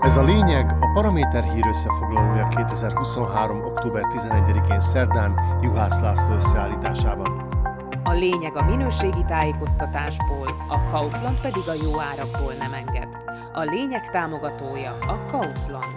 Ez a lényeg, a Paraméter hír összefoglalója 2023. október 11-én szerdán Juhász László összeállításában. A lényeg a minőségi tájékoztatásból, a Kaufland pedig a jó árakból nem enged. A lényeg támogatója a Kaufland.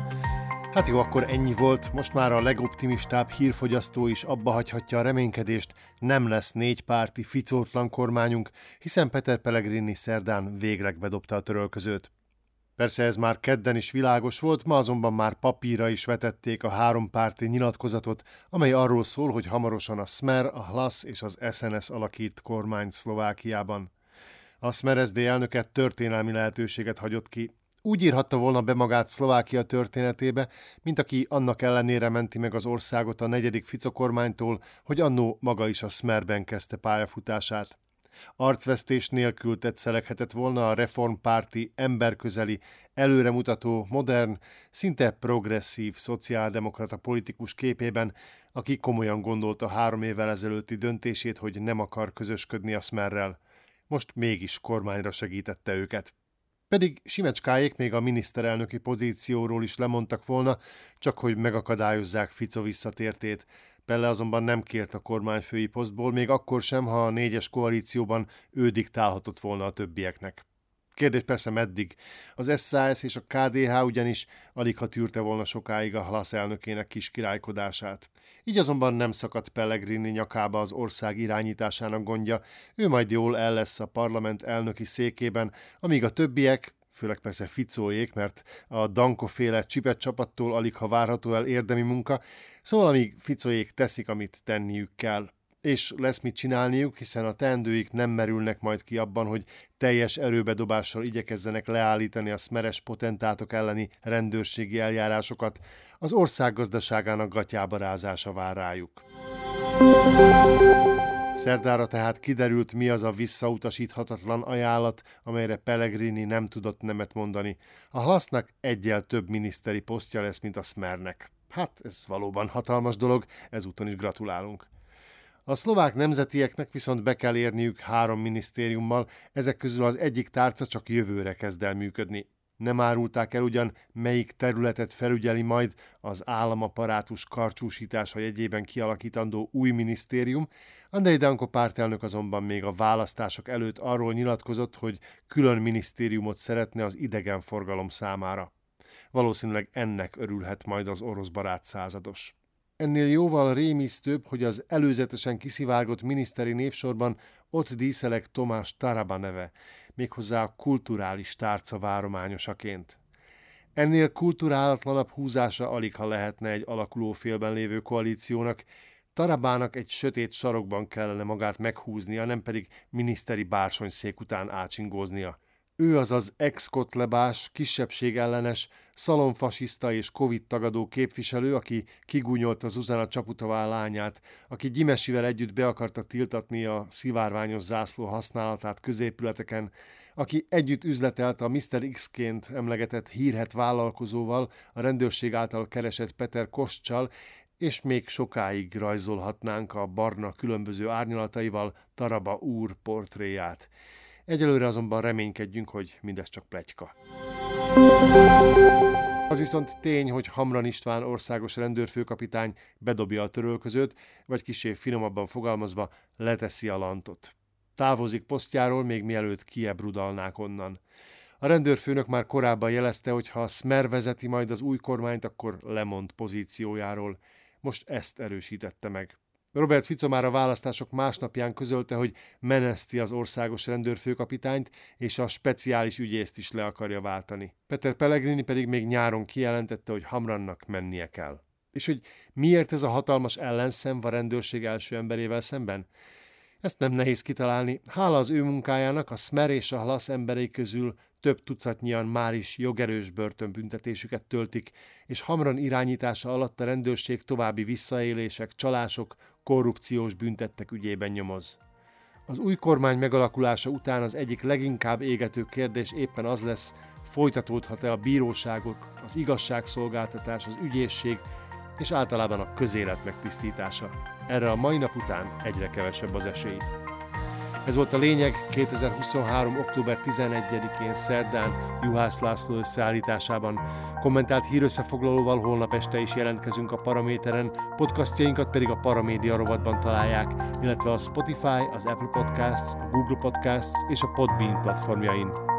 Hát jó, akkor ennyi volt, most már a legoptimistább hírfogyasztó is abba hagyhatja a reménykedést, nem lesz négypárti ficótlan kormányunk, hiszen Peter Pellegrini szerdán végleg bedobta a törölközőt. Persze ez már kedden is világos volt, ma azonban már papírra is vetették a hárompárti nyilatkozatot, amely arról szól, hogy hamarosan a Smer, a Hlas és az SNS alakít kormányt Szlovákiában. A Smer SD elnöke történelmi lehetőséget hagyott ki. Úgy írhatta volna be magát Szlovákia történetébe, mint aki annak ellenére menti meg az országot a negyedik Fico kormánytól, hogy annó maga is a Smerben kezdte pályafutását. Arcvesztés nélkül tetszeleghetett volna a reformpárti, emberközeli, előremutató, modern, szinte progresszív szociáldemokrata politikus képében, aki komolyan gondolta 3 évvel ezelőtti döntését, hogy nem akar közösködni a Smerrel. Most mégis kormányra segítette őket. Pedig Simecskáék még a miniszterelnöki pozícióról is lemondtak volna, csak hogy megakadályozzák Fico visszatértét. Pelle azonban nem kért a kormányfői posztból, még akkor sem, ha a 4-es koalícióban ő diktálhatott volna a többieknek. Kérdés persze meddig. Az SZSZ és a KDH ugyanis aligha tűrte volna sokáig a Hlas elnökének kis királykodását. Így azonban nem szakadt Pellegrini nyakába az ország irányításának gondja, ő majd jól el lesz a parlament elnöki székében, amíg a többiek, főleg persze Ficóék, mert a Danko-féle csipet csapattól aligha várható el érdemi munka, szóval amíg Ficóék teszik, amit tenniük kell. És lesz mit csinálniuk, hiszen a teendőik nem merülnek majd ki abban, hogy teljes erőbedobással igyekezzenek leállítani a szmeres potentátok elleni rendőrségi eljárásokat, az ország gazdaságának gatyába rázása vár rájuk. Szerdára tehát kiderült, mi az a visszautasíthatatlan ajánlat, amelyre Pellegrini nem tudott nemet mondani. A Hlasznak egyel több miniszteri posztja lesz, mint a Smernek. Hát ez valóban hatalmas dolog, ezúton is gratulálunk. A szlovák nemzetieknek viszont be kell érniük 3 minisztériummal, ezek közül az egyik tárca csak jövőre kezd el működni. Nem árulták el ugyan, melyik területet felügyeli majd az államaparátus karcsúsítása jegyében kialakítandó új minisztérium. Andrei Danko pártelnök azonban még a választások előtt arról nyilatkozott, hogy külön minisztériumot szeretne az idegenforgalom számára. Valószínűleg ennek örülhet majd az orosz barát százados. Ennél jóval rémisztőbb, hogy az előzetesen kiszivárgott miniszteri névsorban ott díszeleg Tomás Taraba neve, méghozzá a kulturális tárca várományosaként. Ennél kulturálatlanabb húzása aligha lehetne egy alakuló félben lévő koalíciónak, Tarabának egy sötét sarokban kellene magát meghúznia, nem pedig miniszteri bársonyszék után ácsingóznia. Ő az az ex-kotlebás, kisebbségellenes, szalonfasiszta és Covid-tagadó képviselő, aki kigúnyolta Zuzana Csaputová lányát, aki Gyimesivel együtt be akarta tiltatni a szivárványos zászló használatát középületeken, aki együtt üzletelt a Mr. X-ként emlegetett hírhedt vállalkozóval, a rendőrség által keresett Peter Kostcsal, és még sokáig rajzolhatnánk a barna különböző árnyalataival Taraba úr portréját. Egyelőre azonban reménykedjünk, hogy mindez csak pletyka. Az viszont tény, hogy Hamran István országos rendőrfőkapitány bedobja a törölközőt, vagy kissé finomabban fogalmazva leteszi a lantot. Távozik posztjáról, még mielőtt kiebrudalnák onnan. A rendőrfőnök már korábban jelezte, hogy ha a Smer vezeti majd az új kormányt, akkor lemond pozíciójáról. Most ezt erősítette meg. Robert Fico már a választások másnapján közölte, hogy meneszti az országos rendőrfőkapitányt, és a speciális ügyészt is le akarja váltani. Peter Pellegrini pedig még nyáron kijelentette, hogy Hamrannak mennie kell. És hogy miért ez a hatalmas ellenszem a rendőrség első emberével szemben? Ezt nem nehéz kitalálni. Hála az ő munkájának a Smer és a Hlas emberei közül több tucatnyian már is jogerős börtönbüntetésüket töltik, és Hamran irányítása alatt a rendőrség további visszaélések, csalások, korrupciós büntettek ügyében nyomoz. Az új kormány megalakulása után az egyik leginkább égető kérdés éppen az lesz, folytatódhat-e a bíróságok, az igazságszolgáltatás, az ügyészség és általában a közélet megtisztítása. Erre a mai nap után egyre kevesebb az esély. Ez volt a lényeg 2023. október 11-én szerdán Juhász László összeállításában. Kommentált hírösszefoglalóval holnap este is jelentkezünk a Paraméteren, podcastjainkat pedig a Paramédia rovatban találják, illetve a Spotify, az Apple Podcasts, a Google Podcasts és a Podbean platformjain.